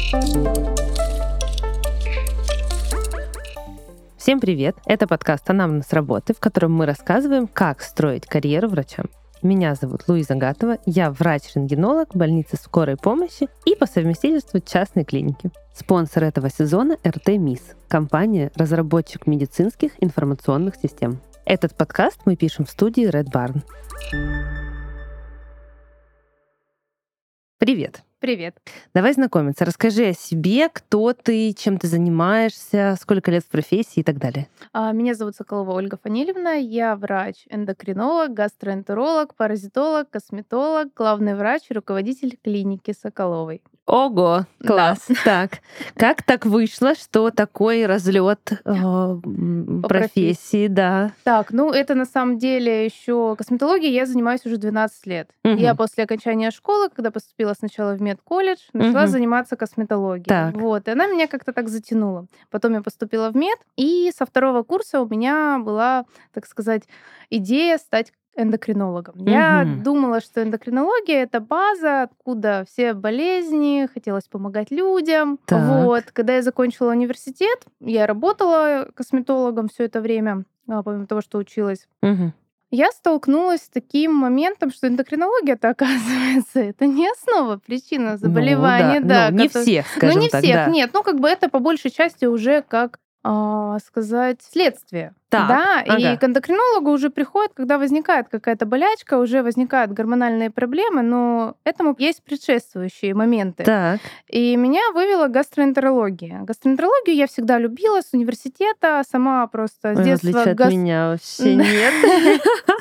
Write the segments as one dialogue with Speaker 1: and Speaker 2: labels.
Speaker 1: Всем привет! Это подкаст «Анамнез работы», в котором мы рассказываем, как строить карьеру врачам. Меня зовут Луиза Гатова, я врач-рентгенолог больницы скорой помощи и по совместительству частной клиники. Спонсор этого сезона — РТ МИС, компания-разработчик медицинских информационных систем. Этот подкаст мы пишем в студии Red Barn. Привет!
Speaker 2: Привет.
Speaker 1: Давай знакомиться. Расскажи о себе, кто ты, чем ты занимаешься, сколько лет в профессии и так далее.
Speaker 2: Меня зовут Соколова Ольга Фанилевна. Я врач-эндокринолог, гастроэнтеролог, паразитолог, косметолог, главный врач и руководитель клиники Соколовой.
Speaker 1: Ого, класс.
Speaker 2: Да.
Speaker 1: Так, как так вышло, что такой разлет профессии, да?
Speaker 2: Так, это на самом деле еще косметологией я занимаюсь уже 12 лет. Я после окончания школы, когда поступила сначала в медколледж, начала заниматься косметологией.
Speaker 1: Так.
Speaker 2: Вот, и она меня как-то так затянула. Потом я поступила в мед, и со второго курса у меня была, так сказать, идея стать эндокринологом. Я думала, что эндокринология — это база, откуда все болезни, хотелось помогать людям.
Speaker 1: Так.
Speaker 2: Вот. Когда я закончила университет, я работала косметологом все это время, помимо того, что училась. Я столкнулась с таким моментом, что эндокринология-то, оказывается, это не основа, причина заболевания.
Speaker 1: Не всех, скажем
Speaker 2: не
Speaker 1: так.
Speaker 2: всех,
Speaker 1: Да.
Speaker 2: нет. Это по большей части уже как сказать, следствие.
Speaker 1: Так,
Speaker 2: да,
Speaker 1: ага.
Speaker 2: И к эндокринологу уже приходит, когда возникает какая-то болячка, уже возникают гормональные проблемы, но этому есть предшествующие моменты.
Speaker 1: Так.
Speaker 2: И меня вывела гастроэнтерология. Гастроэнтерологию я всегда любила с университета, сама просто с
Speaker 1: Ой, в
Speaker 2: детства...
Speaker 1: отличие от меня вообще нет.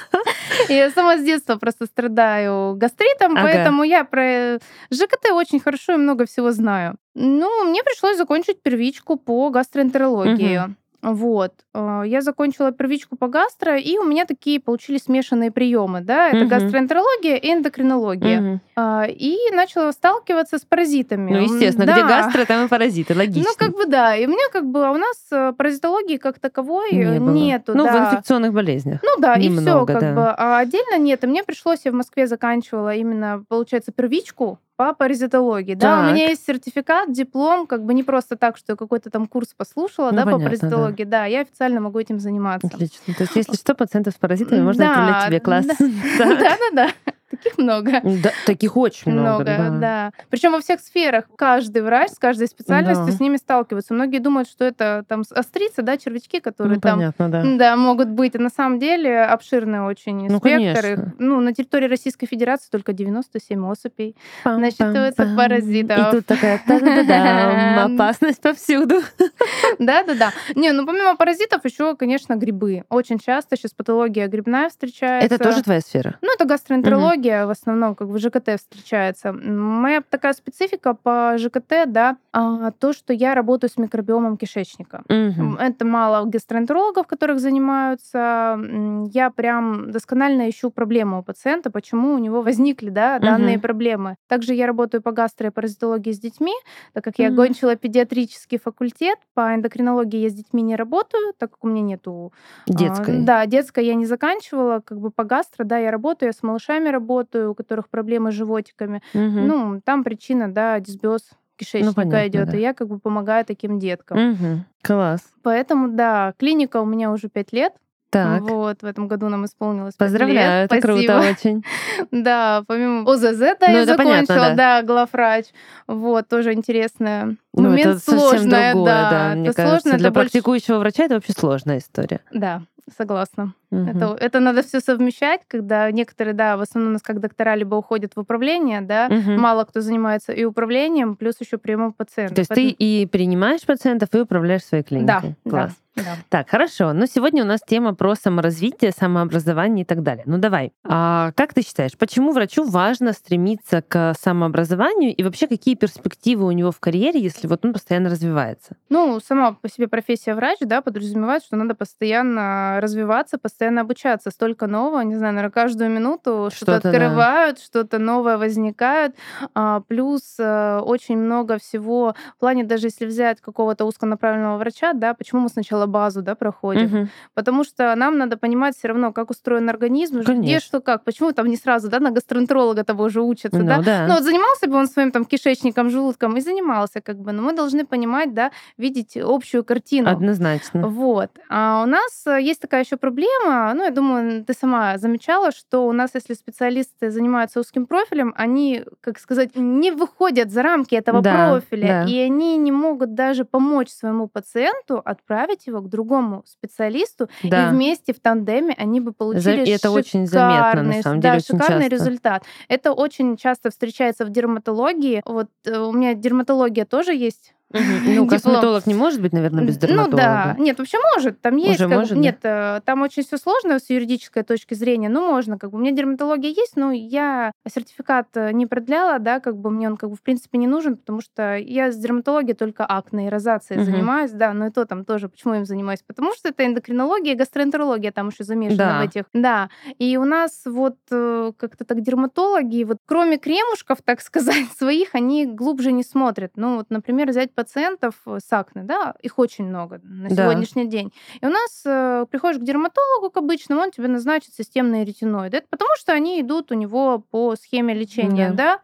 Speaker 2: Я сама с детства просто страдаю гастритом, поэтому я про ЖКТ очень хорошо и много всего знаю. Мне пришлось закончить первичку по гастроэнтерологии. Вот. Я закончила первичку по гастро, и у меня такие получились смешанные приемы, да, это гастроэнтерология и эндокринология. И начала сталкиваться с паразитами.
Speaker 1: Естественно,
Speaker 2: да.
Speaker 1: Где гастро, там и паразиты, логично.
Speaker 2: Да. И у меня у нас паразитологии как таковой нету.
Speaker 1: В инфекционных болезнях.
Speaker 2: Немного,
Speaker 1: и все,
Speaker 2: А отдельно нет. И мне пришлось, я в Москве заканчивала именно, получается, первичку по паразитологии. Да, у меня есть сертификат, диплом, не просто так, что я какой-то там курс послушала, по паразитологии. Да, я официально могу этим заниматься.
Speaker 1: Отлично. То есть, если 100% с паразитами, можно отправлять тебе класс.
Speaker 2: Да. Таких много.
Speaker 1: Да, таких очень много.
Speaker 2: Да. Причем во всех сферах. Каждый врач с каждой специальностью с ними сталкивается. Многие думают, что это там острицы, червячки, которые могут быть. А на самом деле обширный очень спектр. Их, на территории Российской Федерации только 97 особей насчитывается паразитов.
Speaker 1: И тут такая опасность повсюду.
Speaker 2: Да. Помимо паразитов еще, конечно, грибы. Очень часто сейчас патология грибная встречается.
Speaker 1: Это тоже твоя сфера?
Speaker 2: Это гастроэнтерология. В основном в ЖКТ встречается. Моя такая специфика по ЖКТ, то, что я работаю с микробиомом кишечника. Это мало гастроэнтерологов, которых занимаются. Я прям досконально ищу проблему у пациента, почему у него возникли данные проблемы. Также я работаю по гастро и паразитологии с детьми, так как я окончила педиатрический факультет. По эндокринологии я с детьми не работаю, так как у меня нету...
Speaker 1: Детской.
Speaker 2: Детской я не заканчивала. По гастро, я работаю, я с малышами работаю, у которых проблемы с животиками. Там причина, дисбиоз кишечника идет, и я помогаю таким деткам.
Speaker 1: Класс.
Speaker 2: Поэтому, клиника у меня уже 5 лет.
Speaker 1: Так.
Speaker 2: В этом году нам исполнилось 5
Speaker 1: Поздравляю,
Speaker 2: лет.
Speaker 1: это круто очень.
Speaker 2: Да, помимо ОЗЗ, я закончила, главврач. Тоже интересное. Момент
Speaker 1: это совсем
Speaker 2: сложное,
Speaker 1: другое, мне кажется.
Speaker 2: сложно,
Speaker 1: Для практикующего врача это вообще сложная история.
Speaker 2: Да, согласна. Это надо все совмещать, когда некоторые, в основном у нас как доктора либо уходят в управление, мало кто занимается и управлением, плюс еще приемом пациентов.
Speaker 1: То есть ты и принимаешь пациентов, и управляешь своей клиникой.
Speaker 2: Да.
Speaker 1: Класс.
Speaker 2: Да.
Speaker 1: Так, хорошо. Сегодня у нас тема про саморазвитие, самообразование и так далее. Давай. Как ты считаешь, почему врачу важно стремиться к самообразованию и вообще какие перспективы у него в карьере, если он постоянно развивается?
Speaker 2: Сама по себе профессия врач, подразумевает, что надо постоянно развиваться, постоянно обучаться. Столько нового, не знаю, наверное, каждую минуту что-то открывают, что-то новое возникает. Плюс очень много всего в плане, даже если взять какого-то узконаправленного врача, да, почему мы сначала базу, да, проходим? Потому что нам надо понимать все равно, как устроен организм, где что как. Почему там не сразу, да, на гастроэнтеролога того уже учатся, да? Ну вот занимался бы он своим там кишечником, желудком и занимался как бы, но мы должны понимать, да, видеть общую картину.
Speaker 1: Однозначно.
Speaker 2: Вот. А у нас есть такая еще проблема, ну, я думаю, ты сама замечала, что у нас, если специалисты занимаются узким профилем, они, как сказать, не выходят за рамки этого профиля, и они не могут даже помочь своему пациенту отправить его к другому специалисту, и вместе в тандеме они бы получили
Speaker 1: это очень заметно, на самом деле, очень
Speaker 2: шикарный
Speaker 1: часто.
Speaker 2: результат. Это очень часто встречается в дерматологии. Вот у меня дерматология тоже есть.
Speaker 1: Ну, косметолог не может быть, наверное, без дерматолога.
Speaker 2: Ну да. Нет, вообще может. Там есть...
Speaker 1: Уже может,
Speaker 2: Нет, там очень все сложно с юридической точки зрения, но можно. Как бы у меня дерматология есть, но я сертификат не продляла, да, как бы мне он как бы в принципе не нужен, потому что я с дерматологией только акне и розацией занимаюсь, да, но и то там тоже. Почему я им занимаюсь? Потому что это эндокринология и гастроэнтерология там еще замешана в этих. Да. И у нас вот как-то так дерматологи, вот кроме кремушков, так сказать, своих, они глубже не смотрят. Ну вот, например, взять пациентов с акне, да, их очень много на сегодняшний день. И у нас приходишь к дерматологу, к обычному, он тебе назначит системные ретиноиды. Это потому, что они идут у него по схеме лечения, да.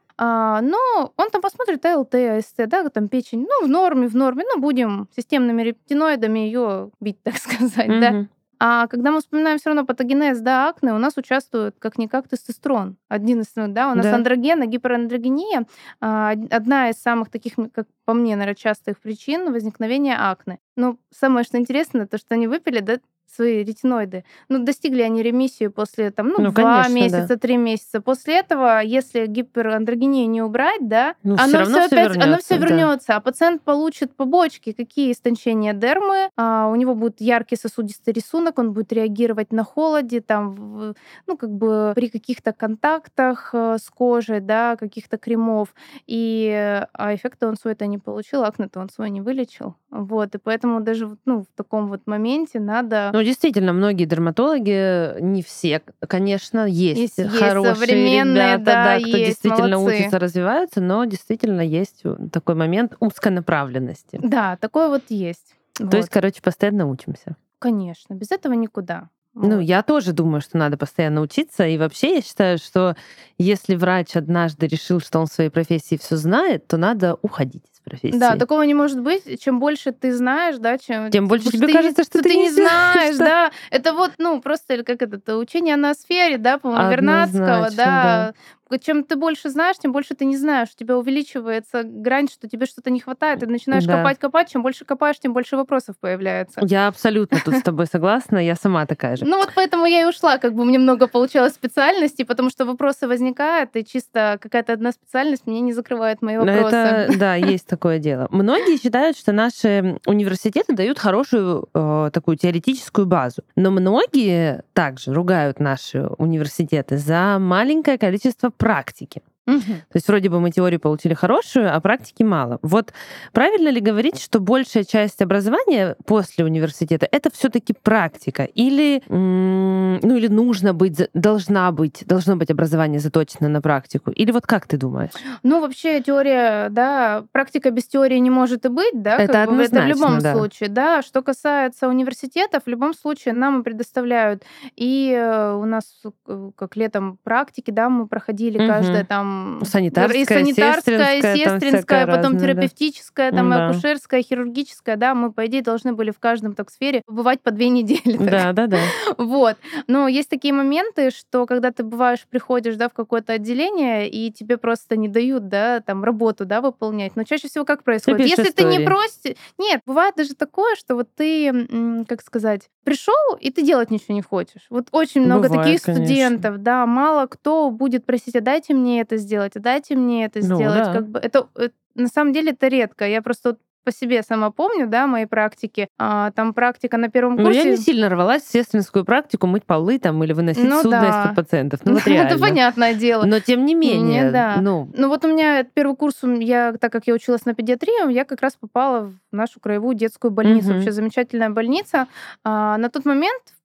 Speaker 2: Но он там посмотрит АЛТ, АСТ, да, там печень, ну, в норме, ну, будем системными ретиноидами ее бить, так сказать, да. А когда мы вспоминаем все равно патогенез, да, акне, у нас участвует как-никак тестостерон. Один из, да, у нас андроген, гиперандрогения одна из самых таких, как по мне, наверное, частых причин возникновения акне. Но самое, что интересно, то, что они выпили, да, свои ретиноиды. Ну, достигли они ремиссию после там, 2 месяца, 3 месяца. После этого, если гиперандрогению не убрать, да, оно все вернется, а пациент получит побочки, какие истончения дермы, у него будет яркий сосудистый рисунок, он будет реагировать на холоде, там, ну, как бы при каких-то контактах с кожей, да, каких-то кремов, а эффекта он свой-то не получил, акне-то он свой не вылечил. Вот, и поэтому даже в таком вот моменте надо...
Speaker 1: Ну, действительно, многие дерматологи, не все, конечно, есть хорошие
Speaker 2: современные,
Speaker 1: ребята, кто
Speaker 2: есть,
Speaker 1: действительно
Speaker 2: молодцы.
Speaker 1: учится, развиваются, но действительно есть такой момент узконаправленности.
Speaker 2: Да, такое вот есть.
Speaker 1: То есть, короче, постоянно учимся.
Speaker 2: Конечно, без этого никуда.
Speaker 1: Ну, я тоже думаю, что надо постоянно учиться. И вообще я считаю, что если врач однажды решил, что он в своей профессии все знает, то надо уходить из профессии.
Speaker 2: Да, такого не может быть. Чем больше ты знаешь, да,
Speaker 1: тем больше тебе кажется, что ты
Speaker 2: не знаешь, да. Это вот, просто как это учение о ноосфере, да, по-моему, Вернадского, да. Чем ты больше знаешь, тем больше ты не знаешь. У тебя увеличивается грань, что тебе что-то не хватает. Ты начинаешь копать. Чем больше копаешь, тем больше вопросов появляется.
Speaker 1: Я абсолютно тут с тобой согласна. Я сама такая же.
Speaker 2: Ну вот поэтому я и ушла. Как бы мне много получалось специальностей, потому что вопросы возникают, и чисто какая-то одна специальность мне не закрывает мои вопросы.
Speaker 1: Это, да, есть такое дело. Многие считают, что наши университеты дают хорошую такую теоретическую базу. Но многие также ругают наши университеты за маленькое количество практики. То есть вроде бы мы теорию получили хорошую, а практики мало. Вот правильно ли говорить, что большая часть образования после университета это все-таки практика? Или, или должно быть образование заточено на практику? Или вот как ты думаешь?
Speaker 2: Ну, вообще теория, да, практика без теории не может и быть, да,
Speaker 1: это однозначно,
Speaker 2: это в любом случае, да. Что касается университетов, в любом случае нам предоставляют, и у нас как летом практики, да, мы проходили каждая там
Speaker 1: санитарская,
Speaker 2: сестринская, потом
Speaker 1: разное,
Speaker 2: терапевтическая, там акушерская, хирургическая, да, мы, по идее, должны были в каждом так сфере бывать по 2 недели.
Speaker 1: Да.
Speaker 2: Вот. Но есть такие моменты, что когда ты приходишь, да, в какое-то отделение, и тебе просто не дают, да, там, работу, да, выполнять. Но чаще всего как происходит? Если ты не просишь... Нет, бывает даже такое, что вот ты, как сказать, пришел, и ты делать ничего не хочешь. Вот очень много таких студентов, да, мало кто будет просить, а дайте мне это сделать, сделать.
Speaker 1: Да.
Speaker 2: Как бы это на самом деле это редко. Я просто по себе сама помню, да, мои практики. Там практика на первом курсе.
Speaker 1: Я не сильно рвалась в сестринскую практику мыть полы там или выносить судно из-под пациентов. Ну вот реально.
Speaker 2: Это понятное дело.
Speaker 1: Но тем не менее.
Speaker 2: Да. Ну вот у меня первый курс, так как я училась на педиатрию, я как раз попала в нашу краевую детскую больницу. Вообще замечательная больница. На тот момент, в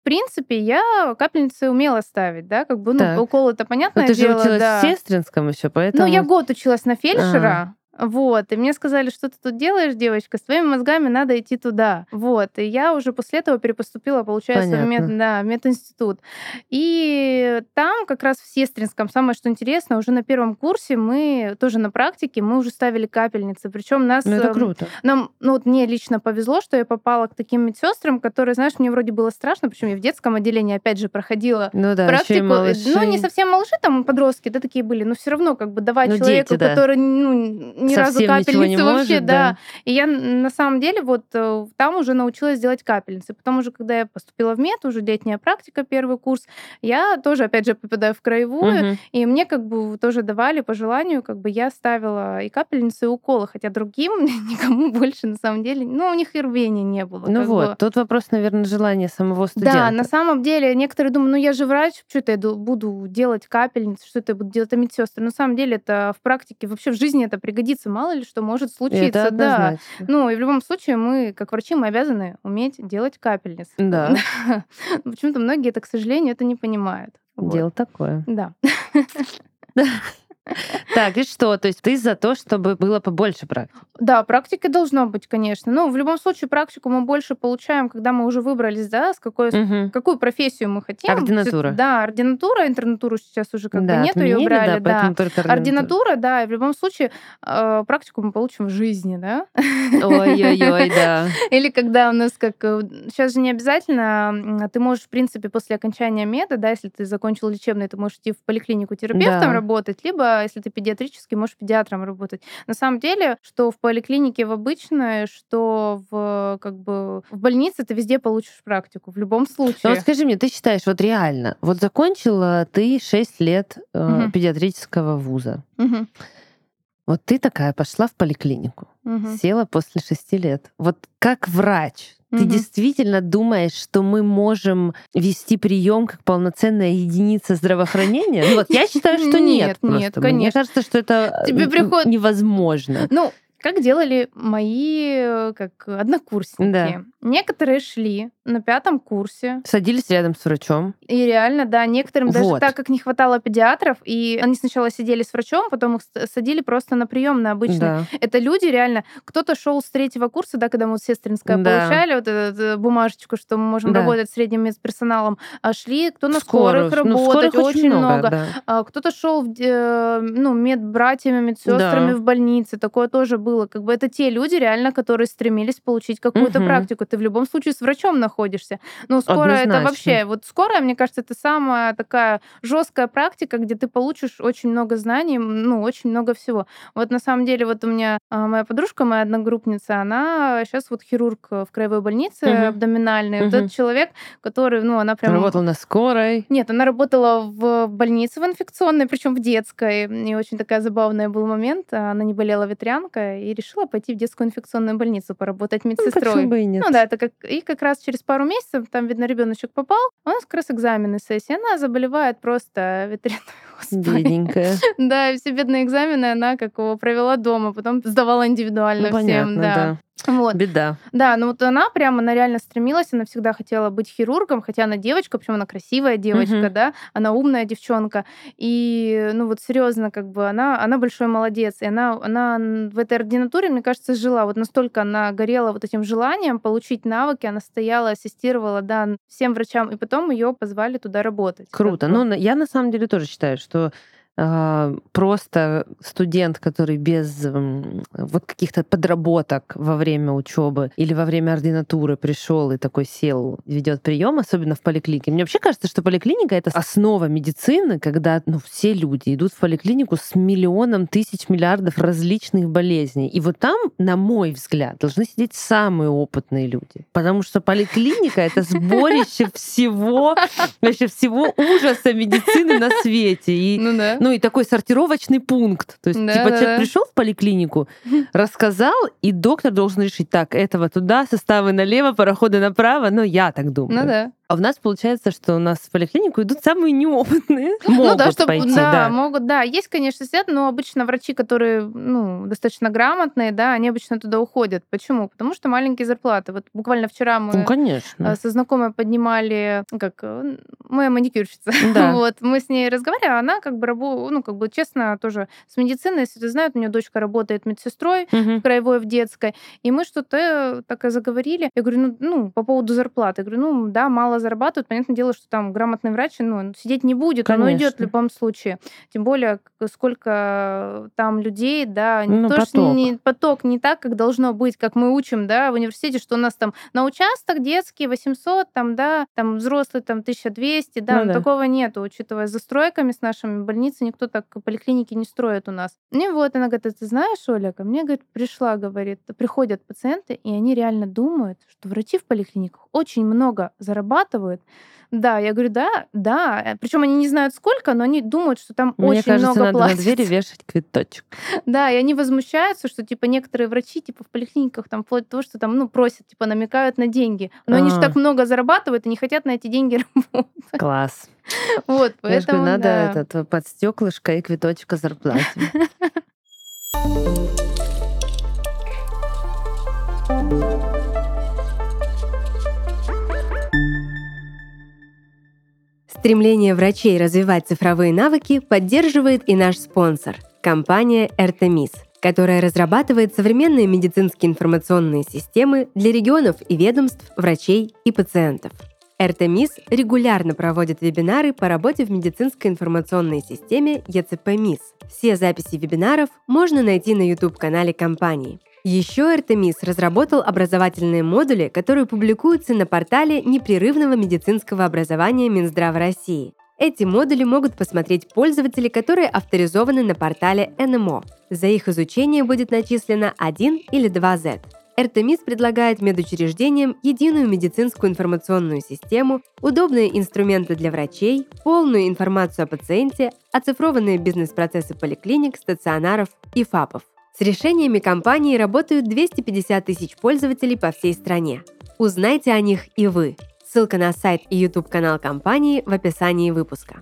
Speaker 2: принципе, я капельницы умела ставить, да, как бы, укол это понятное
Speaker 1: дело. Ты же училась
Speaker 2: да.
Speaker 1: в Сестринском еще, поэтому...
Speaker 2: Ну, я год училась на фельдшера. Вот, и мне сказали, что ты тут делаешь, девочка, с твоими мозгами надо идти туда. Вот, и я уже после этого перепоступила, получается, в мединститут. И там как раз в Сестринском, самое что интересно, уже на первом курсе мы тоже на практике, мы уже ставили капельницы. Причем нас...
Speaker 1: Ну, это круто.
Speaker 2: Нам, мне лично повезло, что я попала к таким медсестрам, которые, знаешь, мне вроде было страшно, причем я в детском отделении, опять же, проходила практику. Не совсем малыши, там подростки, да, такие были, но все равно как бы давать человеку, который, ни разу капельницы вообще,
Speaker 1: может,
Speaker 2: да. И я на самом деле вот там уже научилась делать капельницы. Потом уже, когда я поступила в мед, уже летняя практика, первый курс, я тоже, опять же, попадаю в краевую, и мне как бы тоже давали по желанию, как бы я ставила и капельницы, и уколы, хотя другим никому больше на самом деле, у них и рвения не было.
Speaker 1: Тут вопрос, наверное, желания самого студента.
Speaker 2: Да, на самом деле некоторые думают, я же врач, что это я буду делать капельницы, что это я буду делать медсестры. На самом деле это в практике, вообще в жизни это пригодится, мало ли что может случиться. Да. И в любом случае мы, как врачи, мы обязаны уметь делать капельницы.
Speaker 1: Да.
Speaker 2: Почему-то многие это, к сожалению, это не понимают.
Speaker 1: Дело такое.
Speaker 2: Да.
Speaker 1: Так, и что? То есть ты за то, чтобы было побольше практики?
Speaker 2: Да, практики должно быть, конечно. В любом случае практику мы больше получаем, когда мы уже выбрались, да, какую профессию мы хотим.
Speaker 1: Ординатура.
Speaker 2: Да, ординатура, интернатуру сейчас уже как бы нету, ее убрали.
Speaker 1: Да, только
Speaker 2: ординатура, да, и в любом случае практику мы получим в жизни, да.
Speaker 1: Ой-ой-ой, да.
Speaker 2: Или когда у нас сейчас же не обязательно, ты можешь, в принципе, после окончания меда, да, если ты закончил лечебный, ты можешь идти в поликлинику терапевтом работать, либо если ты педиатрический, можешь педиатром работать. На самом деле, что в поликлинике в обычной, что в больнице ты везде получишь практику, в любом случае.
Speaker 1: Вот скажи мне, ты считаешь, вот реально, вот закончила ты 6 лет педиатрического вуза. Вот ты такая пошла в поликлинику, села после 6 лет. Вот как врач, ты действительно думаешь, что мы можем вести прием как полноценная единица здравоохранения? Я считаю, что нет.
Speaker 2: Нет, конечно.
Speaker 1: Мне кажется, что это невозможно.
Speaker 2: Как делали мои однокурсники.
Speaker 1: Да.
Speaker 2: Некоторые шли на 5 курсе.
Speaker 1: Садились рядом с врачом.
Speaker 2: И реально, да, некоторым даже так как не хватало педиатров, и они сначала сидели с врачом, потом их садили просто на прием на обычный.
Speaker 1: Да.
Speaker 2: Это люди реально, кто-то шел с 3-го курса, да, когда мы Сестринское получали, вот эту бумажечку, что мы можем работать с средним медперсоналом, а шли кто на скорых работать, очень много. Кто-то шел медбратьями, медсестрами в больнице, такое тоже было. Как бы это те люди реально, которые стремились получить какую-то практику. Ты в любом случае с врачом находишься. Скорая это вообще... Вот скорая, мне кажется, это самая такая жесткая практика, где ты получишь очень много знаний, очень много всего. Вот на самом деле вот у меня моя подружка, моя одногруппница, она сейчас вот хирург в краевой больнице абдоминальной. Вот этот человек, который, она прям...
Speaker 1: Работала на скорой?
Speaker 2: Нет, она работала в больнице в инфекционной, причем в детской. И очень такая забавная был момент. Она не болела ветрянкой и решила пойти в детскую инфекционную больницу поработать медсестрой.
Speaker 1: Почему бы и нет?
Speaker 2: Да, это как раз через пару месяцев, там, видно, ребеночек попал, у нас как раз экзамены, сессии, она заболевает просто ветряной оспой.
Speaker 1: Бедненькая.
Speaker 2: Да, и все бедные экзамены она как его провела дома, потом сдавала индивидуально всем.
Speaker 1: Понятно, да.
Speaker 2: Вот.
Speaker 1: Беда.
Speaker 2: Да, она реально стремилась, она всегда хотела быть хирургом, хотя она девочка, причем она красивая девочка, да, она умная девчонка. И, серьезно, как бы она большой молодец. И она в этой ординатуре, мне кажется, жила. Вот настолько она горела вот этим желанием получить навыки, она стояла, ассистировала, да, всем врачам, и потом ее позвали туда работать.
Speaker 1: Круто. Я на самом деле тоже считаю, что просто студент, который без вот каких-то подработок во время учебы или во время ординатуры пришел и такой сел, ведет прием, особенно в поликлинике. Мне вообще кажется, что поликлиника — это основа медицины, когда все люди идут в поликлинику с миллионом, тысяч, миллиардов различных болезней. И вот там, на мой взгляд, должны сидеть самые опытные люди. Потому что поликлиника — это сборище всего ужаса медицины на свете. И такой сортировочный пункт. То есть, человек пришел в поликлинику, рассказал, и доктор должен решить, так, этого туда, составы налево, пароходы направо. Я так думаю. А у нас получается, что у нас в поликлинику идут самые неопытные.
Speaker 2: Могут, да. Есть, конечно, сидят, но обычно врачи, которые, достаточно грамотные, да, они обычно туда уходят. Почему? Потому что маленькие зарплаты. Вот буквально вчера мы со знакомой поднимали, моя маникюрщица.
Speaker 1: Да.
Speaker 2: Вот, мы с ней разговаривали, а она честно, тоже с медициной, если ты знаешь, у нее дочка работает медсестрой в краевой, в детской, и мы что-то так и заговорили. Я говорю, по поводу зарплаты. Я говорю, да, мало зарабатывают. Понятное дело, что там грамотный врач, сидеть не будет, он уйдет в любом случае. Тем более, сколько там людей, да, поток не так, как должно быть, как мы учим, да, в университете, что у нас там на участок детский 800, там взрослый 1200, да, но такого нету, учитывая застройками с нашими больницами, никто так поликлиники не строит у нас. И вот она говорит, ты знаешь, Оля, ко мне, говорит, приходят пациенты, и они реально думают, что врачи в поликлиниках очень много зарабатывают. Да, я говорю, да. Причем они не знают сколько, но они думают, что там
Speaker 1: Мне
Speaker 2: очень
Speaker 1: кажется,
Speaker 2: много
Speaker 1: надо
Speaker 2: платят.
Speaker 1: на двери вешать квиточек.
Speaker 2: Да, и они возмущаются, что некоторые врачи в поликлиниках там вплоть до того, что там просят, намекают на деньги. Но они же так много зарабатывают и не хотят на эти деньги работать.
Speaker 1: Класс.
Speaker 2: Вот, поэтому
Speaker 1: надо под стеклышко и квиточек о зарплате.
Speaker 3: Стремление врачей развивать цифровые навыки поддерживает и наш спонсор – компания Эртемис, которая разрабатывает современные медицинские информационные системы для регионов и ведомств, врачей и пациентов. Эртемис регулярно проводит вебинары по работе в медицинской информационной системе ЕЦП-МИС. Все записи вебинаров можно найти на YouTube-канале компании. Еще Эртемис разработал образовательные модули, которые публикуются на портале непрерывного медицинского образования Минздрава России. Эти модули могут посмотреть пользователи, которые авторизованы на портале НМО. За их изучение будет начислено 1 или 2 Z. Эртемис предлагает медучреждениям единую медицинскую информационную систему, удобные инструменты для врачей, полную информацию о пациенте, оцифрованные бизнес-процессы поликлиник, стационаров и ФАПов. С решениями компании работают 250 тысяч пользователей по всей стране. Узнайте о них и вы. Ссылка на сайт и YouTube-канал компании в описании выпуска.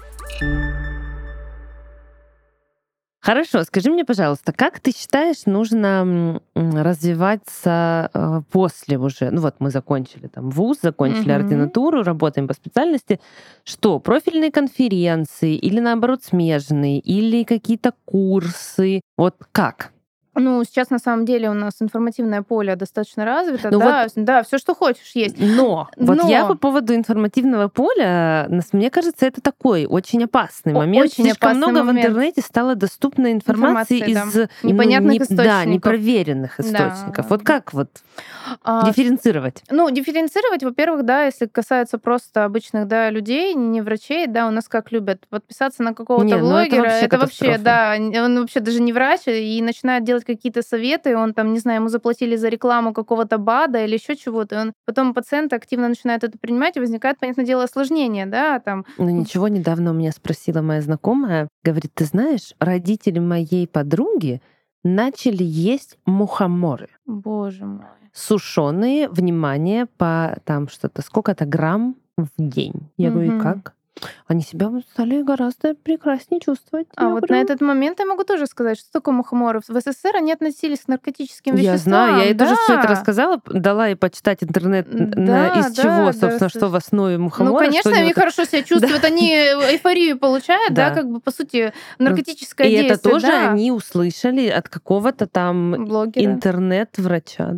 Speaker 1: Хорошо, скажи мне, пожалуйста, как ты считаешь, нужно развиваться после уже? Мы закончили вуз, закончили ординатуру, работаем по специальности. Что, профильные конференции или, наоборот, смежные, или какие-то курсы? Вот как?
Speaker 2: Сейчас на самом деле у нас информативное поле достаточно развито, все, что хочешь, есть.
Speaker 1: Но я по поводу информативного поля, мне кажется, это такой очень опасный момент.
Speaker 2: Очень
Speaker 1: Слишком
Speaker 2: опасный
Speaker 1: много
Speaker 2: момент.
Speaker 1: в интернете стало доступной информации из
Speaker 2: непонятных источников.
Speaker 1: Да, непроверенных источников. Вот как дифференцировать?
Speaker 2: Дифференцировать, во-первых, если касается просто обычных людей, не врачей, у нас как любят подписаться на какого-то блогера.
Speaker 1: Это вообще,
Speaker 2: он вообще даже не врач и начинает делать какие-то советы, он ему заплатили за рекламу какого-то БАДа или еще чего-то, потом пациент активно начинает это принимать, и возникает, понятное дело, осложнение,
Speaker 1: Ничего, недавно у меня спросила моя знакомая, говорит, ты знаешь, родители моей подруги начали есть мухоморы.
Speaker 2: Боже мой.
Speaker 1: Сушеные, внимание, по что-то, сколько-то грамм в день. Я говорю, и как? Они себя стали гораздо прекраснее чувствовать.
Speaker 2: На этот момент я могу тоже сказать, что такое мухоморы. В СССР они относились к наркотическим веществам.
Speaker 1: Я знаю, я ей тоже все это рассказала, дала ей почитать интернет, из чего, собственно, что в основе мухомора.
Speaker 2: Конечно, они хорошо себя чувствуют, они эйфорию получают, по сути, наркотическое
Speaker 1: действие. И это тоже
Speaker 2: они
Speaker 1: услышали от какого-то
Speaker 2: блогера.
Speaker 1: Интернет-врача,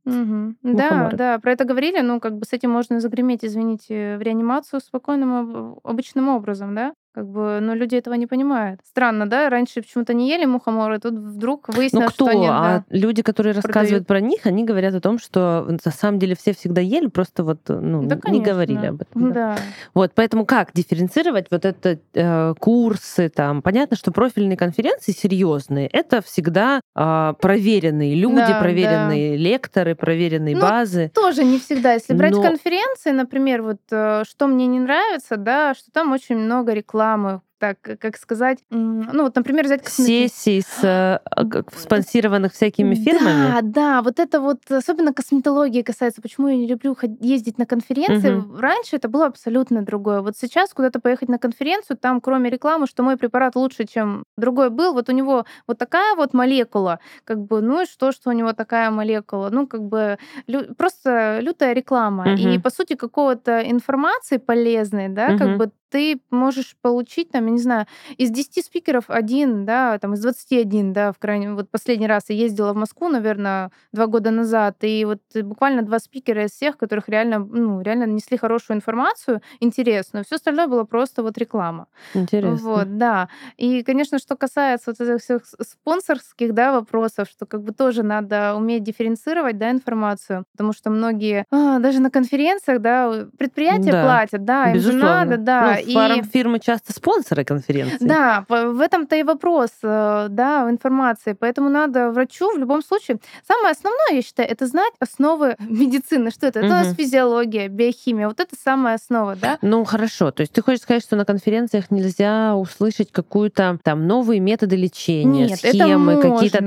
Speaker 2: Да, про это говорили, с этим можно загреметь, извините, в реанимацию спокойным, обычным образом, но люди этого не понимают. Странно, раньше почему-то не ели мухоморы, тут вдруг выяснилось, что нет.
Speaker 1: Люди, которые рассказывают про них, они говорят о том, что на самом деле все всегда ели, просто не говорили об этом.
Speaker 2: Да.
Speaker 1: Поэтому как дифференцировать это курсы, понятно, что профильные конференции серьезные, это всегда проверенные люди, проверенные лекторы, проверенные базы.
Speaker 2: Тоже не всегда. Если брать конференции, например, что мне не нравится, что там очень много рекламы, так, как сказать, ну вот, например, взять
Speaker 1: сессии с спонсированных всякими фирмами.
Speaker 2: Да, вот это вот, особенно косметологии касается, почему я не люблю ездить на конференции. Раньше это было абсолютно другое. Вот сейчас куда-то поехать на конференцию, там кроме рекламы, что мой препарат лучше, чем другой был, вот у него вот такая вот молекула, как бы, ну и что у него такая молекула, ну как бы просто лютая реклама. И по сути какого-то информации полезной, да, как бы ты можешь получить, там, я не знаю, из 10 спикеров 1, да, там, из 21, да, в крайнем... Вот последний раз я ездила в Москву, наверное, 2 года назад, и вот буквально 2 спикера из всех, которых реально, ну, реально несли хорошую информацию, интересную. Все остальное было просто вот реклама.
Speaker 1: Интересно.
Speaker 2: Вот, да. И, конечно, что касается вот этих всех спонсорских, да, вопросов, что как бы тоже надо уметь дифференцировать, да, информацию, потому что многие, даже на конференциях, да, предприятия платят, да, им же надо, да.
Speaker 1: Ну, фармфирмы часто спонсоры конференции.
Speaker 2: Да, в этом-то и вопрос, да, информации. Поэтому надо врачу в любом случае... Самое основное, я считаю, это знать основы медицины. Что это? Это у нас физиология, биохимия. Вот это самая основа, да?
Speaker 1: Ну, хорошо. То есть ты хочешь сказать, что на конференциях нельзя услышать какую-то там новые методы лечения,
Speaker 2: Нет,
Speaker 1: схемы,
Speaker 2: это можно,
Speaker 1: какие-то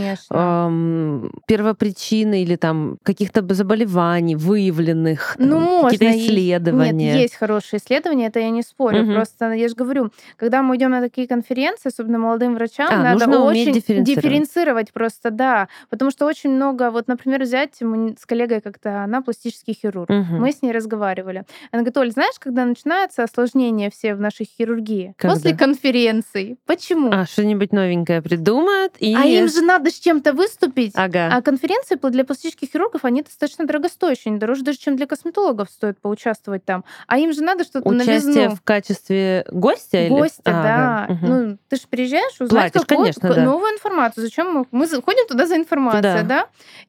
Speaker 1: там первопричины или там каких-то заболеваний выявленных, какие-то исследования?
Speaker 2: Нет, есть хорошие исследования, это я не спорю. Просто я же говорю, когда мы идем на такие конференции, особенно молодым врачам, надо очень дифференцировать просто, да. Потому что очень много, вот, например, взять, мы с коллегой как-то, она пластический хирург. Мы с ней разговаривали. Она говорит: Оль, знаешь, когда начинаются осложнения все в нашей хирургии? Когда? После конференций. Почему?
Speaker 1: Что-нибудь новенькое придумают.
Speaker 2: А им же надо с чем-то выступить.
Speaker 1: Ага.
Speaker 2: А конференции для пластических хирургов, они достаточно дорогостоящие, они дороже даже, чем для косметологов стоит поучаствовать там. А им же надо что-то новизну.
Speaker 1: Участие в качестве гостя?
Speaker 2: Гостя, да. Ну, ты же приезжаешь узнать какую-то новую информацию. Зачем мы ходим туда за информацией, да?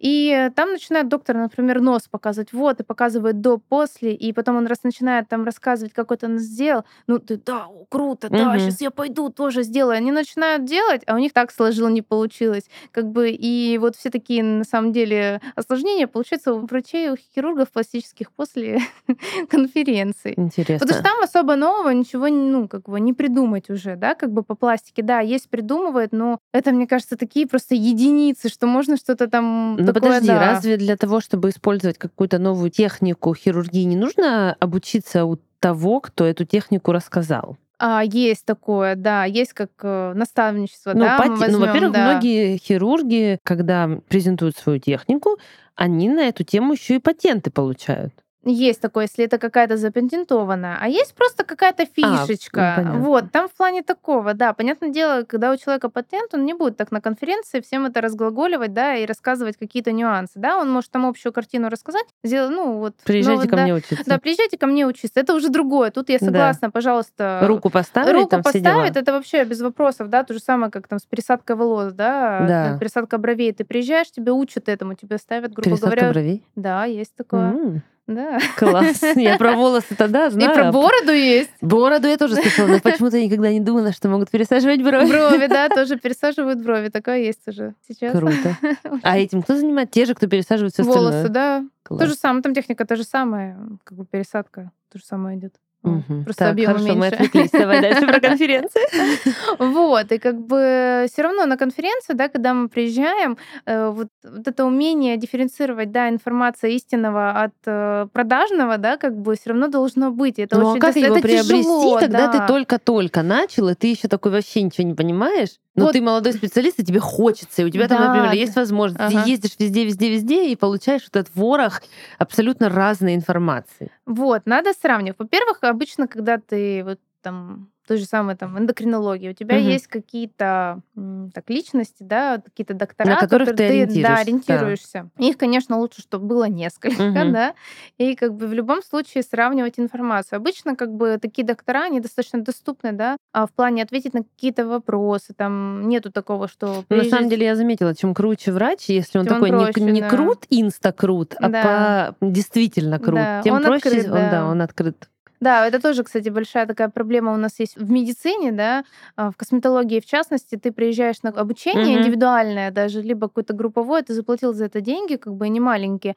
Speaker 2: И там начинает доктор, например, нос показывать, вот, и показывает до-после, и потом он начинает там рассказывать, как это он сделал. Ну, ты, да, круто, да, сейчас я пойду тоже сделаю. Они начинают делать, а у них так сложило, не получилось. Как бы, и вот все такие, на самом деле, осложнения получаются у врачей, у хирургов пластических после конференций.
Speaker 1: Интересно.
Speaker 2: Потому что там особо нового ничего, ну, как бы не придумать уже, да, как бы по пластике. Да, есть придумывает, но это, мне кажется, такие просто единицы, что можно что-то там
Speaker 1: Ну,
Speaker 2: такое,
Speaker 1: подожди,
Speaker 2: да.
Speaker 1: разве для того, чтобы использовать какую-то новую технику хирургии, не нужно обучиться у того, кто эту технику рассказал?
Speaker 2: Есть такое, да, есть как наставничество, да, мы возьмем,
Speaker 1: во-первых,
Speaker 2: да.
Speaker 1: многие хирурги, когда презентуют свою технику, они на эту тему еще и патенты получают.
Speaker 2: Есть такое, если это какая-то запатентованная. А есть просто какая-то фишечка.
Speaker 1: понятно.
Speaker 2: Вот, там в плане такого, да. Понятное дело, когда у человека патент, он не будет так на конференции всем это разглаголивать, да, и рассказывать какие-то нюансы, да. Он может там общую картину рассказать, ну вот.
Speaker 1: Приезжайте ко мне учиться.
Speaker 2: Да, приезжайте ко мне учиться. Это уже другое. Тут я согласна, пожалуйста.
Speaker 1: Руку поставить,
Speaker 2: Руку
Speaker 1: там все дела.
Speaker 2: поставить, это вообще без вопросов, да. То же самое, как там с пересадкой волос, да. Пересадка бровей. Ты приезжаешь, тебя учат этому, тебе ставят, грубо говоря.
Speaker 1: Пересадка бровей?
Speaker 2: Да, есть такое. Да.
Speaker 1: Класс. Я про волосы тогда знаю.
Speaker 2: И про бороду есть.
Speaker 1: Бороду я тоже слышала, но почему-то я никогда не думала, что могут пересаживать брови.
Speaker 2: Брови, да, тоже пересаживают брови. Такое есть уже сейчас.
Speaker 1: Круто. А этим кто занимает? Те же, кто пересаживает все остальное?
Speaker 2: Волосы, да.
Speaker 1: Класс.
Speaker 2: То же самое, там техника та же самая, как бы пересадка то же самое идет. Просто
Speaker 1: так,
Speaker 2: объема
Speaker 1: хорошо,
Speaker 2: меньше.
Speaker 1: мы отвлеклись. Давай дальше про конференции.
Speaker 2: Вот, и как бы все равно на конференцию, да, когда мы приезжаем, вот это умение дифференцировать, да, информация истинного от продажного, да, как бы все равно должно быть. Это
Speaker 1: Ну,
Speaker 2: очень
Speaker 1: а как его
Speaker 2: это
Speaker 1: приобрести,
Speaker 2: тяжело,
Speaker 1: когда
Speaker 2: да.
Speaker 1: ты только-только начал, и ты еще такой вообще ничего не понимаешь? Но
Speaker 2: Вот.
Speaker 1: ты молодой специалист, и тебе хочется, и у тебя там,
Speaker 2: Да,
Speaker 1: например, есть возможность,
Speaker 2: ага.
Speaker 1: ты ездишь везде, и получаешь вот этот ворох абсолютно разной информации.
Speaker 2: Вот, надо сравнивать. Во-первых, обычно, когда ты вот там той же самой там эндокринологии, у тебя есть какие-то так, личности, да, какие-то доктора,
Speaker 1: На которых ты
Speaker 2: ориентируешься. Их, конечно, лучше, чтобы было несколько, да, и как бы в любом случае сравнивать информацию. Обычно как бы такие доктора, они достаточно доступны, да, в плане ответить на какие-то вопросы, там нету такого, что...
Speaker 1: На самом деле я заметила, чем круче врач, если он такой
Speaker 2: проще,
Speaker 1: не крут, инста-крут,
Speaker 2: Да.
Speaker 1: а действительно крут,
Speaker 2: Да,
Speaker 1: тем
Speaker 2: он
Speaker 1: проще,
Speaker 2: открыт,
Speaker 1: он открыт.
Speaker 2: Да, это тоже, кстати, большая такая проблема у нас есть в медицине, да, в косметологии в частности. Ты приезжаешь на обучение индивидуальное даже, либо какое-то групповое, ты заплатил за это деньги, как бы не маленькие,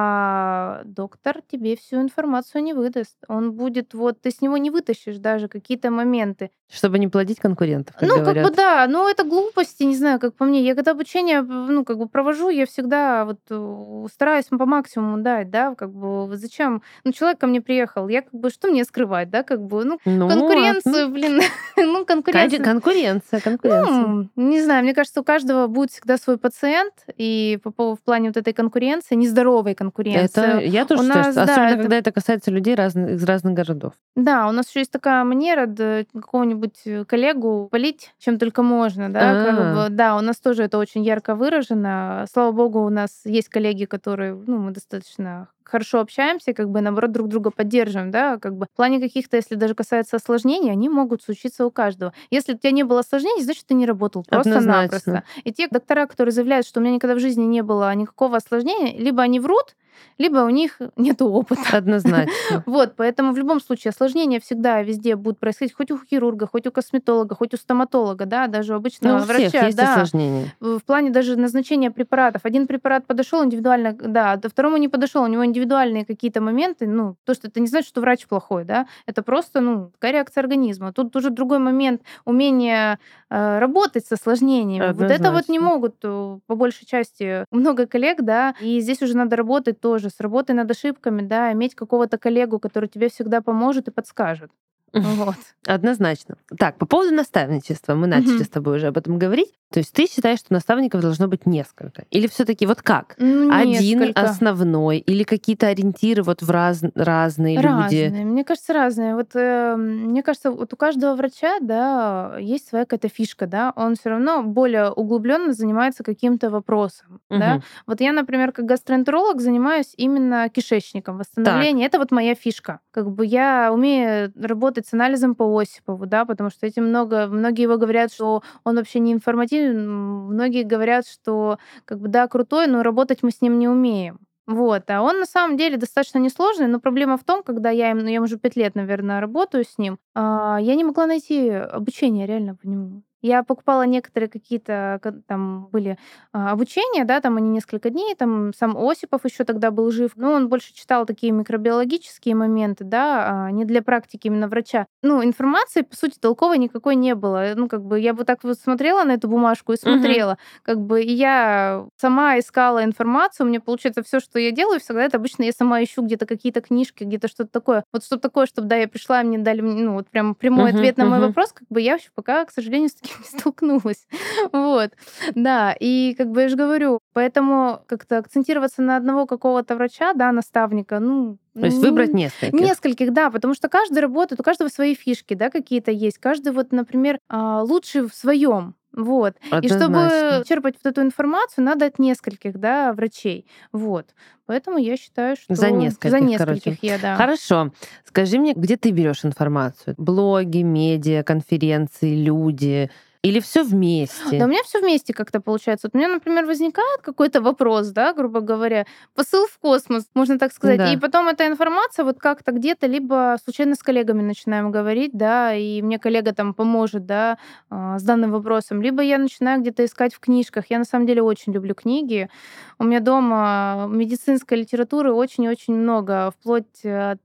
Speaker 2: а доктор тебе всю информацию не выдаст. Он будет, вот, ты с него не вытащишь даже какие-то моменты.
Speaker 1: Чтобы не плодить конкурентов, как
Speaker 2: Ну,
Speaker 1: говорят.
Speaker 2: как бы да, но это глупости, не знаю, как по мне. Я когда обучение, ну, как бы провожу, я всегда вот стараюсь по максимуму дать, да, как бы вот зачем? Ну, человек ко мне приехал, я как бы, что мне скрывать, да, как бы, ну, конкуренцию, блин, ну, конкуренция.
Speaker 1: Конкуренция.
Speaker 2: Ну, не знаю, мне кажется, у каждого будет всегда свой пациент, и в плане вот этой конкуренции, нездоровой конкуренции.
Speaker 1: Это я тоже считаю, особенно когда это касается людей из разных городов.
Speaker 2: Да, у нас еще есть такая манера какого-нибудь коллегу палить, чем только можно, да, как бы, да, у нас тоже это очень ярко выражено. Слава богу, у нас есть коллеги, которые, ну, мы достаточно хорошо общаемся, как бы, наоборот, друг друга поддерживаем, да, как бы. В плане каких-то, если даже касается осложнений, они могут случиться у каждого. Если у тебя не было осложнений, значит, ты не работал просто-напросто. И те доктора, которые заявляют, что у меня никогда в жизни не было никакого осложнения, либо они врут, либо у них нет опыта.
Speaker 1: Однозначно.
Speaker 2: Вот, поэтому в любом случае осложнения всегда везде будут происходить, хоть у хирурга, хоть у косметолога, хоть у стоматолога, да, даже у обычного врача.
Speaker 1: У всех есть осложнения.
Speaker 2: В плане даже назначения препаратов. Один препарат подошел индивидуально, да, до второму не подошел, у него индивидуальные какие-то моменты, ну, то, что это не значит, что врач плохой, да, это просто, ну, такая реакция организма. Тут уже другой момент, умение работать с осложнениями.
Speaker 1: Однозначно.
Speaker 2: Вот это вот не могут, по большей части, много коллег, да, и здесь уже надо работать тоже с работой над ошибками, да, иметь какого-то коллегу, который тебе всегда поможет и подскажет. Вот.
Speaker 1: Однозначно. Так, по поводу наставничества. Мы начали с тобой уже об этом говорить. То есть ты считаешь, что наставников должно быть несколько? Или все таки вот как? Один основной? Или какие-то ориентиры вот в разные люди?
Speaker 2: Разные. Мне кажется, разные. Вот мне кажется, вот у каждого врача, да, есть своя какая-то фишка, да. Он все равно более углубленно занимается каким-то вопросом, да. Вот я, например, как гастроэнтеролог занимаюсь именно кишечником, восстановлением. Это вот моя фишка. Как бы я умею работать с анализом по Осипову, да, потому что этим многие его говорят, что он вообще не информативен, многие говорят, что как бы да, крутой, но работать мы с ним не умеем. Вот, а он на самом деле достаточно несложный, но проблема в том, когда я уже 5 лет, наверное, работаю с ним, я не могла найти обучение реально по нему. Я покупала некоторые какие-то, там были обучения, да, там они несколько дней, там сам Осипов еще тогда был жив, но он больше читал такие микробиологические моменты, да, не для практики именно врача. Ну, информации, по сути, толковой никакой не было. Ну, как бы я бы так вот смотрела на эту бумажку и смотрела, как бы, и я сама искала информацию, мне, получается, все, что я делаю, всегда это обычно я сама ищу где-то какие-то книжки, где-то что-то такое. Вот что-то такое, чтобы, да, я пришла, и мне дали, ну, вот прям прямой ответ на мой вопрос, как бы я вообще пока, к сожалению, с таким не столкнулась. Вот. Да, и как бы я же говорю, поэтому как-то акцентироваться на одного какого-то врача, да, наставника, ну,
Speaker 1: то есть выбрать нескольких.
Speaker 2: Нескольких, да, потому что каждый работает, у каждого свои фишки, да, какие-то есть. Каждый вот, например, лучше в своем. Вот. И чтобы черпать вот эту информацию, надо от нескольких, да, врачей. Вот. Поэтому я считаю, что
Speaker 1: за нескольких
Speaker 2: я, да.
Speaker 1: Хорошо. Скажи мне, где ты берешь информацию? Блоги, медиа, конференции, люди? Или все вместе?
Speaker 2: Да, у меня все вместе как-то получается. Вот у меня, например, возникает какой-то вопрос, да, грубо говоря, посыл в космос, можно так сказать. Да. И потом эта информация вот как-то где-то либо случайно с коллегами начинаем говорить, да, и мне коллега там поможет, да, с данным вопросом, либо я начинаю где-то искать в книжках. Я на самом деле очень люблю книги. У меня дома медицинской литературы очень-очень много, вплоть от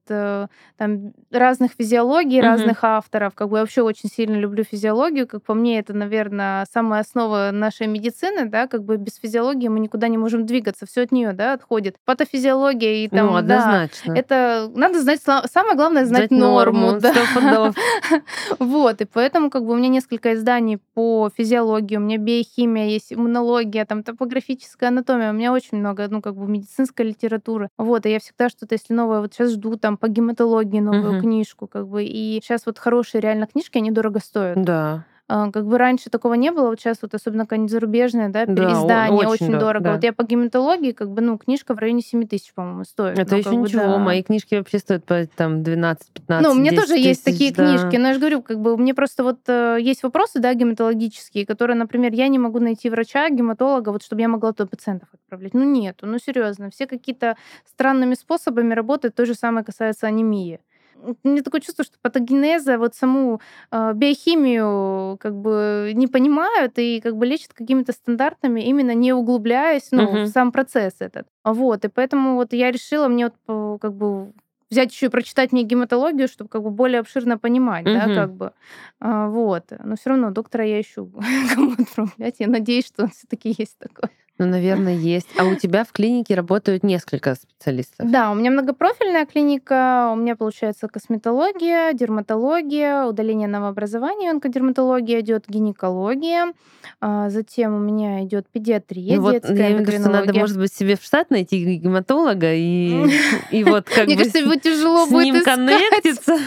Speaker 2: там, разных физиологий, разных авторов. Как бы я вообще очень сильно люблю физиологию. Как по мне, это, наверное, самая основа нашей медицины, да, как бы без физиологии мы никуда не можем двигаться, все от нее, да, отходит. Патофизиология и там,
Speaker 1: ну, однозначно.
Speaker 2: Да, это надо знать, самое главное знать норму, да. Вот, и поэтому как бы у меня несколько изданий по физиологии, у меня биохимия есть, иммунология, там топографическая анатомия, у меня очень много, ну, как бы медицинской литературы. Вот, и я всегда что-то, если новое, вот сейчас жду там по гематологии новую книжку, как бы, и сейчас вот хорошие реально книжки, они дорого стоят.
Speaker 1: Да.
Speaker 2: Как бы раньше такого не было, вот сейчас вот особенно какая-нибудь зарубежная, да, издание очень дорого. Да. Вот я по гематологии, как бы, ну, книжка в районе 7 тысяч, по-моему, стоит.
Speaker 1: Это еще ничего,
Speaker 2: да.
Speaker 1: Мои книжки вообще стоят по там 12-15
Speaker 2: Ну, у меня тоже есть такие
Speaker 1: да.
Speaker 2: книжки, но я же говорю, как бы, мне просто вот есть вопросы, да, гематологические, которые, например, я не могу найти врача, гематолога, вот чтобы я могла туда пациентов отправлять. Ну, нету, ну, серьезно, все какие-то странными способами работают, то же самое касается анемии. у меня такое чувство, что патогенеза, вот саму биохимию как бы не понимают и как бы лечат какими-то стандартами, именно не углубляясь, в сам процесс этот. Вот, и поэтому вот я решила мне вот как бы взять еще и прочитать мне гематологию, чтобы как бы более обширно понимать, да, как бы. Вот. Но все равно доктора я ищу, кому отправлять. Я надеюсь, что он все-таки есть такой.
Speaker 1: Ну, наверное, есть. А у тебя в клинике работают несколько специалистов?
Speaker 2: Да, у меня многопрофильная клиника. У меня, получается, косметология, дерматология, удаление новообразования, онкодерматология идет, гинекология. Затем у меня идет педиатрия,
Speaker 1: Ну,
Speaker 2: детская
Speaker 1: вот, я имею в виду, что надо,
Speaker 2: эндокринология.
Speaker 1: может быть, себе в штат найти гематолога и вот как
Speaker 2: Мне
Speaker 1: бы
Speaker 2: кажется, его тяжело
Speaker 1: с
Speaker 2: будет
Speaker 1: ним
Speaker 2: искать.
Speaker 1: коннектиться.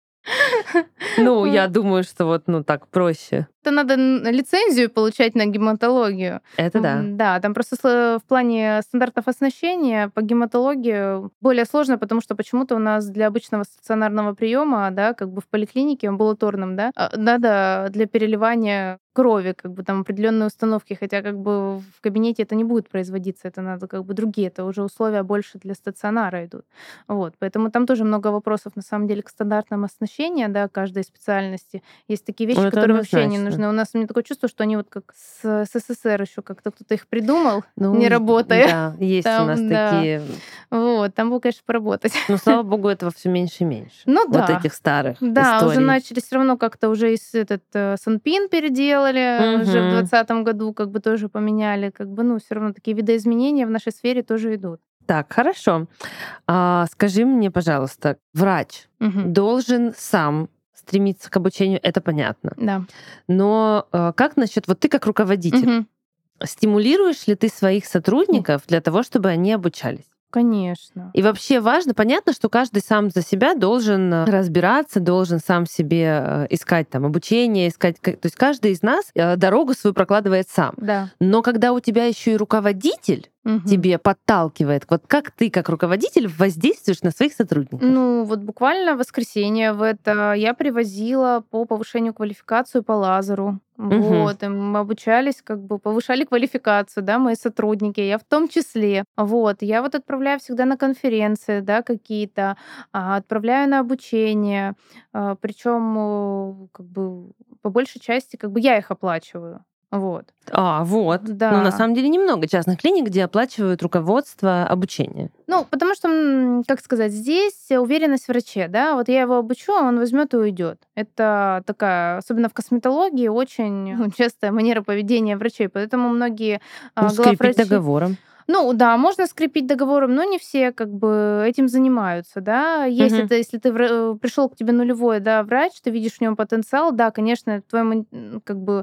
Speaker 1: Ну, я думаю, что вот, так проще.
Speaker 2: Это надо лицензию получать на гематологию.
Speaker 1: Это да.
Speaker 2: Да, там просто в плане стандартов оснащения по гематологии более сложно, потому что почему-то у нас для обычного стационарного приема, да, как бы в поликлинике, амбулаторном, да, надо для переливания крови, как бы там определенные установки, хотя как бы в кабинете это не будет производиться, это надо как бы другие, это уже условия больше для стационара идут. Вот, поэтому там тоже много вопросов на самом деле к стандартам оснащения, да, каждой специальности. Есть такие вещи,
Speaker 1: Это
Speaker 2: которые вообще не
Speaker 1: однозначно.
Speaker 2: нужны. У нас у меня такое чувство, что они вот как с СССР еще как-то кто-то их придумал,
Speaker 1: Ну,
Speaker 2: не работая.
Speaker 1: Да, есть у
Speaker 2: Там,
Speaker 1: нас
Speaker 2: да.
Speaker 1: такие.
Speaker 2: Вот, там было, конечно, поработать.
Speaker 1: Но, слава богу, этого все меньше и меньше.
Speaker 2: Ну
Speaker 1: Вот
Speaker 2: да.
Speaker 1: этих старых
Speaker 2: Да,
Speaker 1: историй.
Speaker 2: уже начали все равно как-то уже Санпин переделали, уже в 2020 году как бы тоже поменяли, как бы, все равно такие видоизменения в нашей сфере тоже идут.
Speaker 1: Так, хорошо. Скажи мне, пожалуйста, врач должен сам стремиться к обучению, это понятно.
Speaker 2: Да.
Speaker 1: Но как насчет вот ты как руководитель? Стимулируешь ли ты своих сотрудников для того, чтобы они обучались?
Speaker 2: Конечно.
Speaker 1: И вообще важно, понятно, что каждый сам за себя должен разбираться, должен сам себе искать там обучение, искать, то есть каждый из нас дорогу свою прокладывает сам.
Speaker 2: Да.
Speaker 1: Но когда у тебя еще и руководитель тебе подталкивает, вот как ты как руководитель воздействуешь на своих сотрудников?
Speaker 2: Ну, вот буквально в воскресенье я привозила по повышению квалификации по лазеру. Вот, и мы обучались, как бы повышали квалификацию, да, мои сотрудники, я в том числе. Вот, я вот отправляю всегда на конференции, да, какие-то, отправляю на обучение, причем как бы по большей части как бы я их оплачиваю. Вот.
Speaker 1: Вот.
Speaker 2: Да.
Speaker 1: Ну, на самом деле, немного частных клиник, где оплачивают руководство обучения.
Speaker 2: Ну, потому что, как сказать, здесь уверенность в враче, да, вот я его обучу, а он возьмет и уйдет. Это такая, особенно в косметологии, очень частая манера поведения врачей, поэтому многие
Speaker 1: Скрепить
Speaker 2: главврачи...
Speaker 1: договором.
Speaker 2: Ну да, можно скрепить договором, но не все как бы этим занимаются, да. Если ты пришел к тебе нулевой, да, врач, ты видишь в нем потенциал, да, конечно, в твоем как бы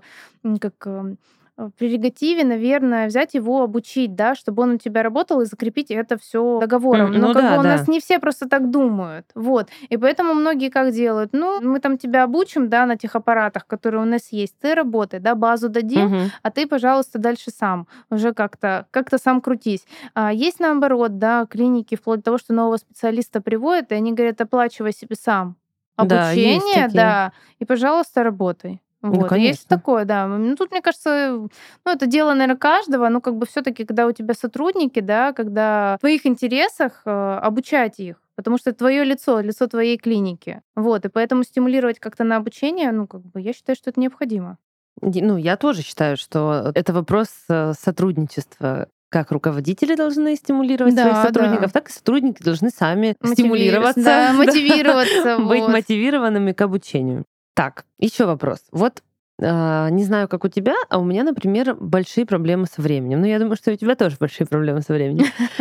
Speaker 2: прерогативе, наверное, взять его, обучить, да, чтобы он у тебя работал и закрепить это все договором. Но как бы у нас не все просто так думают. Вот. И поэтому многие как делают? Ну, мы там тебя обучим, да, на тех аппаратах, которые у нас есть. Ты работай, да, базу дадим, а ты, пожалуйста, дальше сам. Уже как-то сам крутись. Есть наоборот, да, клиники, вплоть до того, что нового специалиста приводят, и они говорят, оплачивай себе сам обучение, да, и, пожалуйста, работай. Вот,
Speaker 1: Ну,
Speaker 2: есть такое, да. Ну, тут, мне кажется, это дело, наверное, каждого, но как бы все-таки, когда у тебя сотрудники, да, когда в твоих интересах обучать их, потому что это твое лицо твоей клиники. Вот, и поэтому стимулировать как-то на обучение, я считаю, что это необходимо.
Speaker 1: Ну, я тоже считаю, что это вопрос сотрудничества. Как руководители должны стимулировать своих сотрудников, так и сотрудники должны сами стимулироваться.
Speaker 2: Да, мотивироваться.
Speaker 1: Быть мотивированными к обучению. Так, еще вопрос. Вот не знаю, как у тебя, а у меня, например, большие проблемы со временем. Ну, я думаю, что у тебя тоже большие проблемы со временем.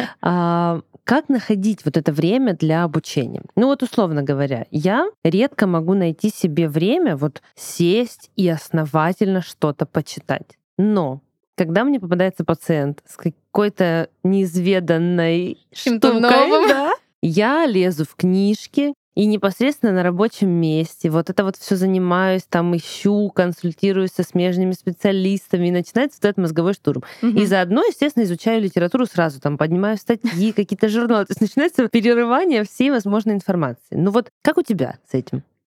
Speaker 1: Как находить вот это время для обучения? Ну, вот условно говоря, я редко могу найти себе время вот сесть и основательно что-то почитать. Но когда мне попадается пациент с какой-то неизведанной штукой, да, я лезу в книжки, и непосредственно на рабочем месте вот это вот все занимаюсь, там ищу, консультируюсь со смежными специалистами, и начинается вот этот мозговой штурм. И заодно, естественно, изучаю литературу сразу, там поднимаю статьи, какие-то журналы. То есть начинается перерывание всей возможной информации. Ну вот как у тебя с этим?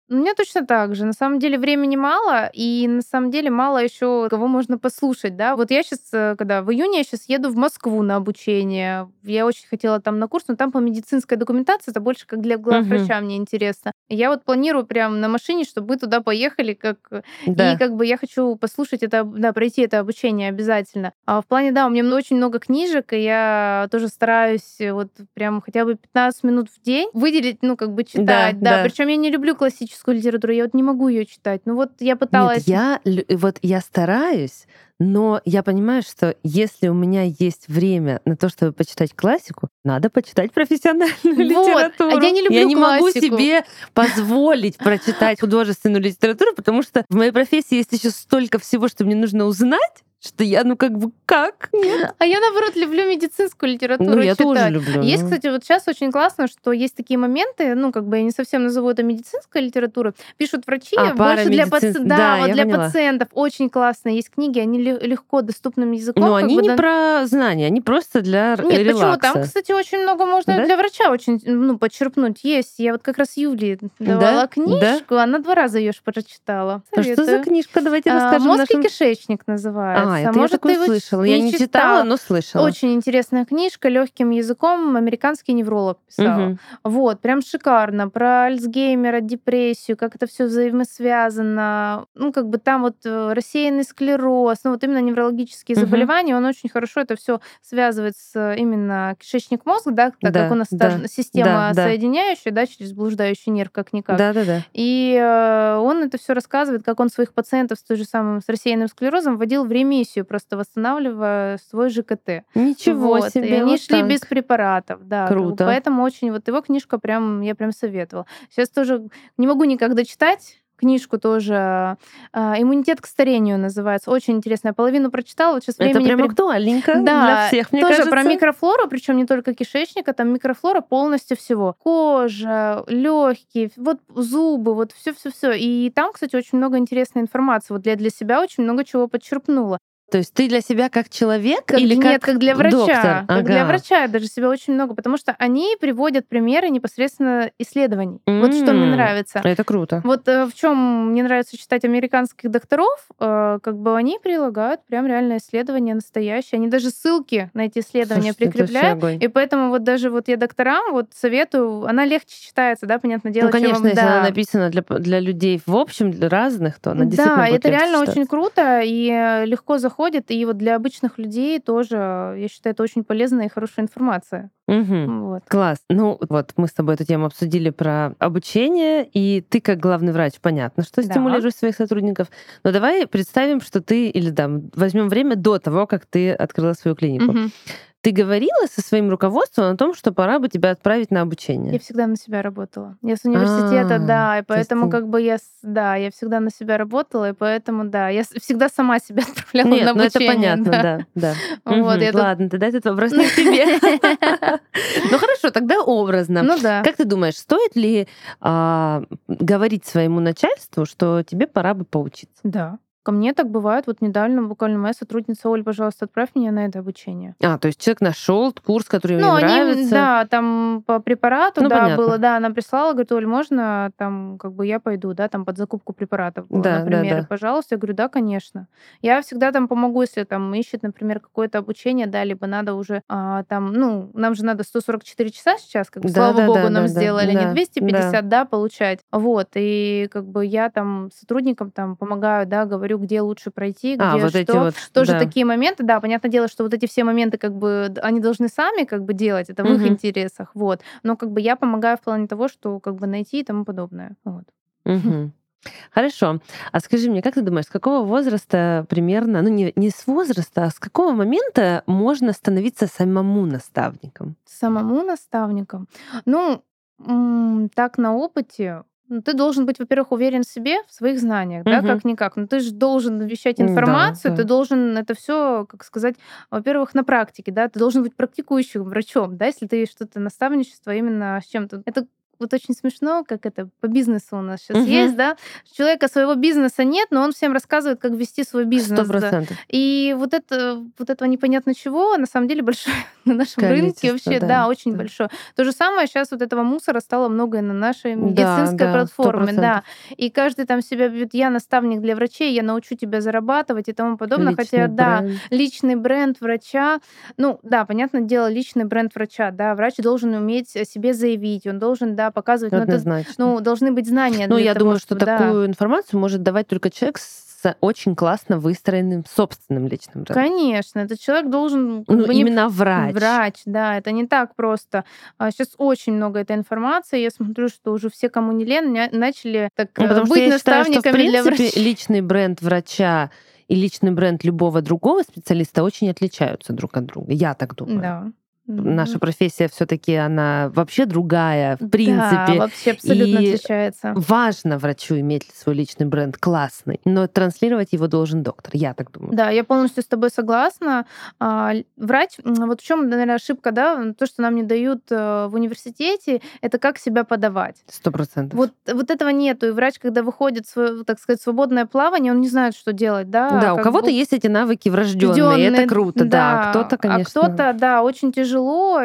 Speaker 2: У меня точно так же. На самом деле времени мало, и на самом деле мало еще кого можно послушать, да. Вот я сейчас, когда в июне, я сейчас еду в Москву на обучение. Я очень хотела там на курс, но там по медицинской документации это больше как для главврача мне интересно. Я вот планирую прям на машине, чтобы мы туда поехали, и как бы я хочу послушать это, да, пройти это обучение обязательно. А в плане, да, у меня очень много книжек, и я тоже стараюсь вот прям хотя бы 15 минут в день выделить, ну, как бы читать. Да. Причем я не люблю классическую литературу, я вот не могу ее читать. Ну вот я пыталась...
Speaker 1: Нет, я стараюсь, но я понимаю, что если у меня есть время на то, чтобы почитать классику, надо почитать профессиональную литературу.
Speaker 2: А я не люблю
Speaker 1: Я не
Speaker 2: классику.
Speaker 1: могу себе позволить прочитать художественную литературу, потому что в моей профессии есть еще столько всего, что мне нужно узнать, что я, как? Нет.
Speaker 2: А я, наоборот, люблю медицинскую литературу
Speaker 1: я
Speaker 2: читать.
Speaker 1: тоже люблю.
Speaker 2: Есть, кстати, вот сейчас очень классно, что есть такие моменты, я не совсем назову это медицинской литературой, пишут врачи, больше для пациентов. Очень классно. Есть книги, они легко доступным языком.
Speaker 1: Но они не про знания, они просто для релакса.
Speaker 2: Нет, почему? Там, кстати, очень много можно для врача очень подчерпнуть. Есть. Я вот как раз Юлии давала книжку, она 2 раза ее прочитала.
Speaker 1: Что за книжка? Давайте расскажем.
Speaker 2: «Мозг и кишечник» называется.
Speaker 1: Это я такое слышала. Я не читала, но слышала.
Speaker 2: Очень интересная книжка, легким языком, американский невролог писал. Вот, прям шикарно. Про Альцгеймера, депрессию, как это все взаимосвязано. Там вот рассеянный склероз, именно неврологические заболевания, он очень хорошо это все связывает с именно кишечник-мозг, да, так как у нас система соединяющая, да, через блуждающий нерв, как-никак.
Speaker 1: Да.
Speaker 2: И он это все рассказывает, как он своих пациентов с рассеянным склерозом вводил в ремиссию, просто восстанавливая свой ЖКТ.
Speaker 1: Ничего себе.
Speaker 2: И они шли без препаратов. Да,
Speaker 1: круто.
Speaker 2: Поэтому очень его книжка я прям советовала. Сейчас тоже не могу никак дочитать. Книжку тоже «Иммунитет к старению» называется. Очень интересная. Половину прочитала. Вот сейчас
Speaker 1: это прям актуальненько для всех, мне кажется.
Speaker 2: Тоже про микрофлору, причем не только кишечника, там микрофлора полностью всего. Кожа, легкие, вот зубы, вот все. И там, кстати, очень много интересной информации. Вот я для себя очень много чего подчерпнула.
Speaker 1: То есть ты для себя как человек или
Speaker 2: нет,
Speaker 1: как
Speaker 2: для врача.
Speaker 1: доктор?
Speaker 2: Как для врача я даже себя очень много, потому что они приводят примеры непосредственно исследований. Вот что мне нравится.
Speaker 1: Это круто.
Speaker 2: Вот в чем мне нравится читать американских докторов, они прилагают прям реальные исследования настоящие. Они даже ссылки на эти исследования прикрепляют. И поэтому вот даже вот я докторам советую, она легче читается, да, понятное дело.
Speaker 1: Конечно, если она написана для людей в общем, для разных, то она действительно будет
Speaker 2: это реально
Speaker 1: читаться.
Speaker 2: очень круто и легко заходит. И вот для обычных людей тоже, я считаю, это очень полезная и хорошая информация.
Speaker 1: Вот. Класс. Мы с тобой эту тему обсудили про обучение, и ты как главный врач, понятно, что стимулируешь своих сотрудников. Но давай представим, что ты, возьмем время до того, как ты открыла свою клинику. Ты говорила со своим руководством о том, что пора бы тебя отправить на обучение?
Speaker 2: Я всегда на себя работала. Я с университета, и поэтому я всегда на себя работала, и поэтому, я всегда сама себя отправляла на обучение.
Speaker 1: Это понятно, да. Ладно, тогда этот вопрос не к тебе. Ну хорошо, тогда образно. Как ты думаешь, стоит ли говорить своему начальству, что тебе пора бы поучиться?
Speaker 2: Да. Ко мне так бывает. Вот недавно буквально моя сотрудница: Оль, пожалуйста, отправь меня на это обучение.
Speaker 1: То есть человек нашел курс, который ему нравится.
Speaker 2: Там по препарату,
Speaker 1: понятно.
Speaker 2: Было, она прислала, говорит: Оль, можно я пойду, под закупку препаратов было, например, пожалуйста. Я говорю: да, конечно. Я всегда помогу, если ищет, например, какое-то обучение, либо надо уже нам же надо 144 часа сейчас, слава богу, нам сделали, не 250, получать. Вот, и я сотрудникам помогаю, говорю, где лучше пройти, где что. Тоже такие моменты, понятное дело, что вот эти все моменты, они должны сами делать, это в их интересах, вот. Но я помогаю в плане того, что найти и тому подобное. Вот.
Speaker 1: Хорошо. А скажи мне, как ты думаешь, с какого возраста примерно, не с возраста, а с какого момента можно становиться самому наставником?
Speaker 2: Самому наставником? Так на опыте. Ты должен быть, во-первых, уверен в себе, в своих знаниях, как-никак. Но ты же должен вещать информацию, ты должен это все, во-первых, на практике, ты должен быть практикующим врачом, если ты что-то наставничество именно с чем-то. Это вот очень смешно, как это по бизнесу у нас сейчас есть, да, у человека своего бизнеса нет, но он всем рассказывает, как вести свой бизнес.
Speaker 1: 100%.
Speaker 2: И вот этого непонятно чего, на самом деле, большое на нашем рынке вообще, да, очень большое. То же самое сейчас вот этого мусора стало много и на нашей медицинской платформе,
Speaker 1: 100%.
Speaker 2: да. И каждый там себя ведет, я наставник для врачей, я научу тебя зарабатывать и тому подобное. Хотя, да, личный бренд врача, ну, да, понятное дело, личный бренд врача, да, врач должен уметь о себе заявить, он должен, да, показывать, должны быть знания.
Speaker 1: Ну, я думаю, что такую информацию может давать только человек с очень классно выстроенным собственным личным брендом.
Speaker 2: Конечно, этот человек должен...
Speaker 1: именно врач.
Speaker 2: Врач, да, это не так просто. Сейчас очень много этой информации. Я смотрю, что уже все, кому не лень, начали так быть наставниками для врачей.
Speaker 1: Личный бренд врача и личный бренд любого другого специалиста очень отличаются друг от друга. Я так думаю.
Speaker 2: Да.
Speaker 1: Наша профессия все-таки она вообще другая, в принципе.
Speaker 2: Да, вообще абсолютно отличается.
Speaker 1: Важно врачу иметь свой личный бренд классный, но транслировать его должен доктор, я так думаю.
Speaker 2: Да, я полностью с тобой согласна. Врач, вот в чем, наверное, ошибка, да, то, что нам не дают в университете, это как себя подавать.
Speaker 1: 100%.
Speaker 2: Вот этого нету. И врач, когда выходит в, так сказать, свободное плавание, он не знает, что делать, да.
Speaker 1: Да, у кого-то есть эти навыки врожденные, это круто, да. Кто-то, конечно.
Speaker 2: А кто-то, да, очень тяжело.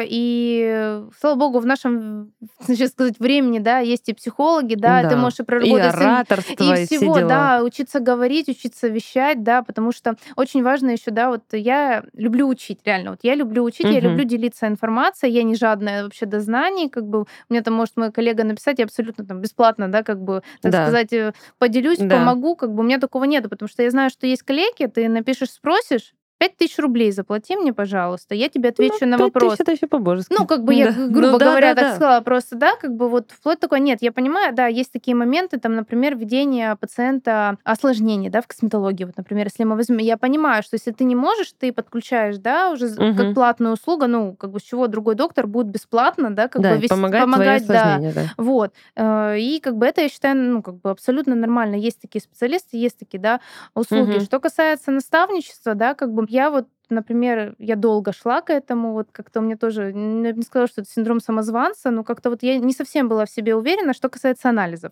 Speaker 2: И, слава богу, в нашем, значит сказать, времени, да, есть и психологи, да, ты можешь и проработать.
Speaker 1: И ораторство,
Speaker 2: и всего, да, учиться говорить, учиться вещать, да, потому что очень важно еще, да, вот я люблю учить, реально, вот я люблю учить, я люблю делиться информацией, я не жадная вообще до знаний, как бы, мне там может мой коллега написать, я абсолютно там бесплатно, да, как бы, так сказать, поделюсь, помогу, как бы, у меня такого нету, потому что я знаю, что есть коллеги, ты напишешь, спросишь, 5000 рублей заплати мне, пожалуйста, я тебе отвечу на вопрос.
Speaker 1: Это еще по-божески.
Speaker 2: Ну, как бы я, грубо говоря, так сказала, просто, да, как бы вот вплоть такой, нет, я понимаю, да, есть такие моменты, там, например, введение пациента осложнений, да, в косметологии, вот, например, если мы возьмем, я понимаю, что если ты не можешь, ты подключаешь, да, уже как платную услугу, ну, как бы с чего другой доктор будет бесплатно, да, как бы помогать, да. Вот. И как бы это, я считаю, ну, как бы абсолютно нормально. Есть такие специалисты, есть такие, да, услуги. Что касается наставничества, да, как бы я вот, например, я долго шла к этому, вот как-то у меня тоже, я не сказала, что это синдром самозванца, но как-то вот я не совсем была в себе уверена, что касается анализов.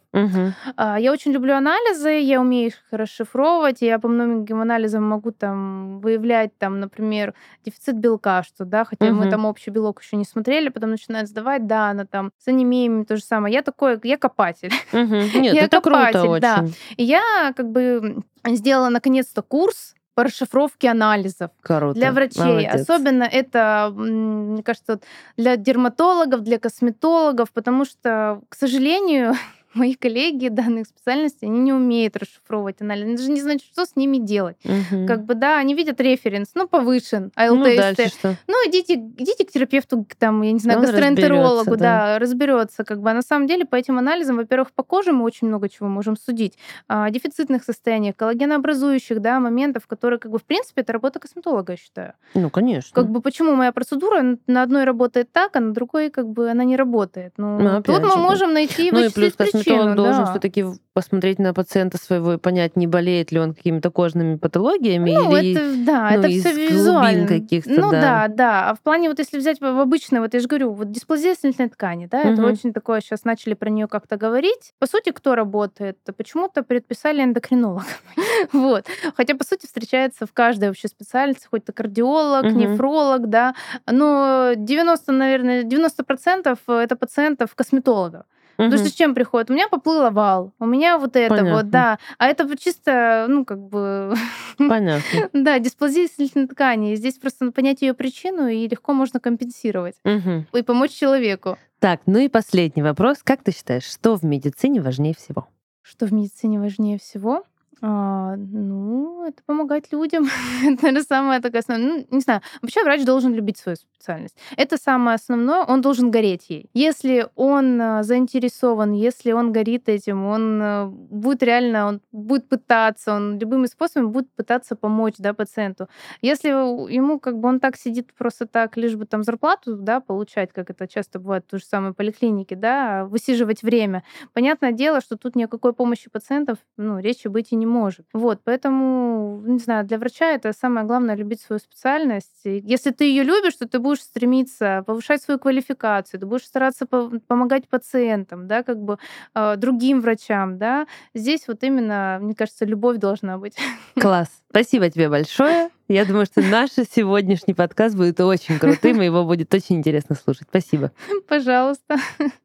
Speaker 2: Я очень люблю анализы, я умею их расшифровывать, я по многим анализам могу там выявлять, там, например, дефицит белка, что, да, хотя мы там общий белок еще не смотрели, потом начинают сдавать, да, она там с анемиями то же самое. Я копатель.
Speaker 1: Нет,
Speaker 2: я
Speaker 1: это
Speaker 2: копатель,
Speaker 1: круто
Speaker 2: да.
Speaker 1: очень.
Speaker 2: И я как бы сделала наконец-то курс по расшифровке анализов для врачей.
Speaker 1: Молодец.
Speaker 2: Особенно это, мне кажется, для дерматологов, для косметологов, потому что, к сожалению, мои коллеги данных специальностей, они не умеют расшифровывать анализ. Они даже не знают, что с ними делать. Как бы, да, они видят референс, повышен, IELTS. Ну, идите к терапевту, там, я не знаю, гастроэнтерологу, да, разберется. Как бы. А на самом деле по этим анализам, во-первых, по коже мы очень много чего можем судить. Дефицитных состояниях, коллагенообразующих, да, моментов, которые, как бы, в принципе, это работа косметолога, я считаю.
Speaker 1: Ну, конечно.
Speaker 2: Как бы, почему моя процедура на одной работает так, а на другой, как бы, она не работает. Тут мы можем найти и вычислить причину.
Speaker 1: Он должен все-таки посмотреть на пациента своего и понять, не болеет ли он какими-то кожными патологиями или
Speaker 2: это
Speaker 1: из
Speaker 2: все визуально.
Speaker 1: Каких-то.
Speaker 2: Да. А в плане, вот если взять в обычное, вот я же говорю, вот дисплазия соединительной ткани, да, это очень такое, сейчас начали про нее как-то говорить. По сути, кто работает? Почему-то предписали эндокринолог. Вот. Хотя, по сути, встречается в каждой вообще специальности, хоть это кардиолог, нефролог, да, но 90% это пациентов-косметологов. Потому что с чем приходит? У меня поплыл овал, у меня вот это. Понятно. Вот, да. А это чисто, как бы...
Speaker 1: Понятно.
Speaker 2: Да, дисплазия соединительной ткани. Здесь просто понять ее причину, и легко можно компенсировать. И помочь человеку.
Speaker 1: Так, ну и последний вопрос. Как ты считаешь, что в медицине важнее всего?
Speaker 2: Что в медицине важнее всего? Это помогать людям. Это, наверное, самое такое основное. Не знаю. Вообще врач должен любить свою специальность. Это самое основное. Он должен гореть ей. Если он заинтересован, если он горит этим, он будет реально, он будет пытаться, он любыми способами будет пытаться помочь, да, пациенту. Если ему как бы он так сидит просто так, лишь бы там зарплату, да, получать, как это часто бывает в той же самой поликлинике, да, высиживать время. Понятное дело, что тут ни о какой помощи пациентов, речи быть и не может. Вот, поэтому, не знаю, для врача это самое главное — любить свою специальность. И если ты ее любишь, то ты будешь стремиться повышать свою квалификацию, ты будешь стараться помогать пациентам, да, как бы другим врачам, да. Здесь вот именно, мне кажется, любовь должна быть.
Speaker 1: Класс. Спасибо тебе большое. Я думаю, что наш сегодняшний подкаст будет очень крутым, и его будет очень интересно слушать. Спасибо.
Speaker 2: Пожалуйста.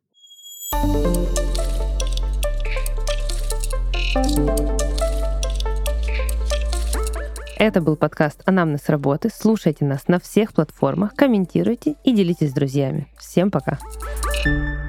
Speaker 1: Это был подкаст «Анамнез работы». Слушайте нас на всех платформах, комментируйте и делитесь с друзьями. Всем пока.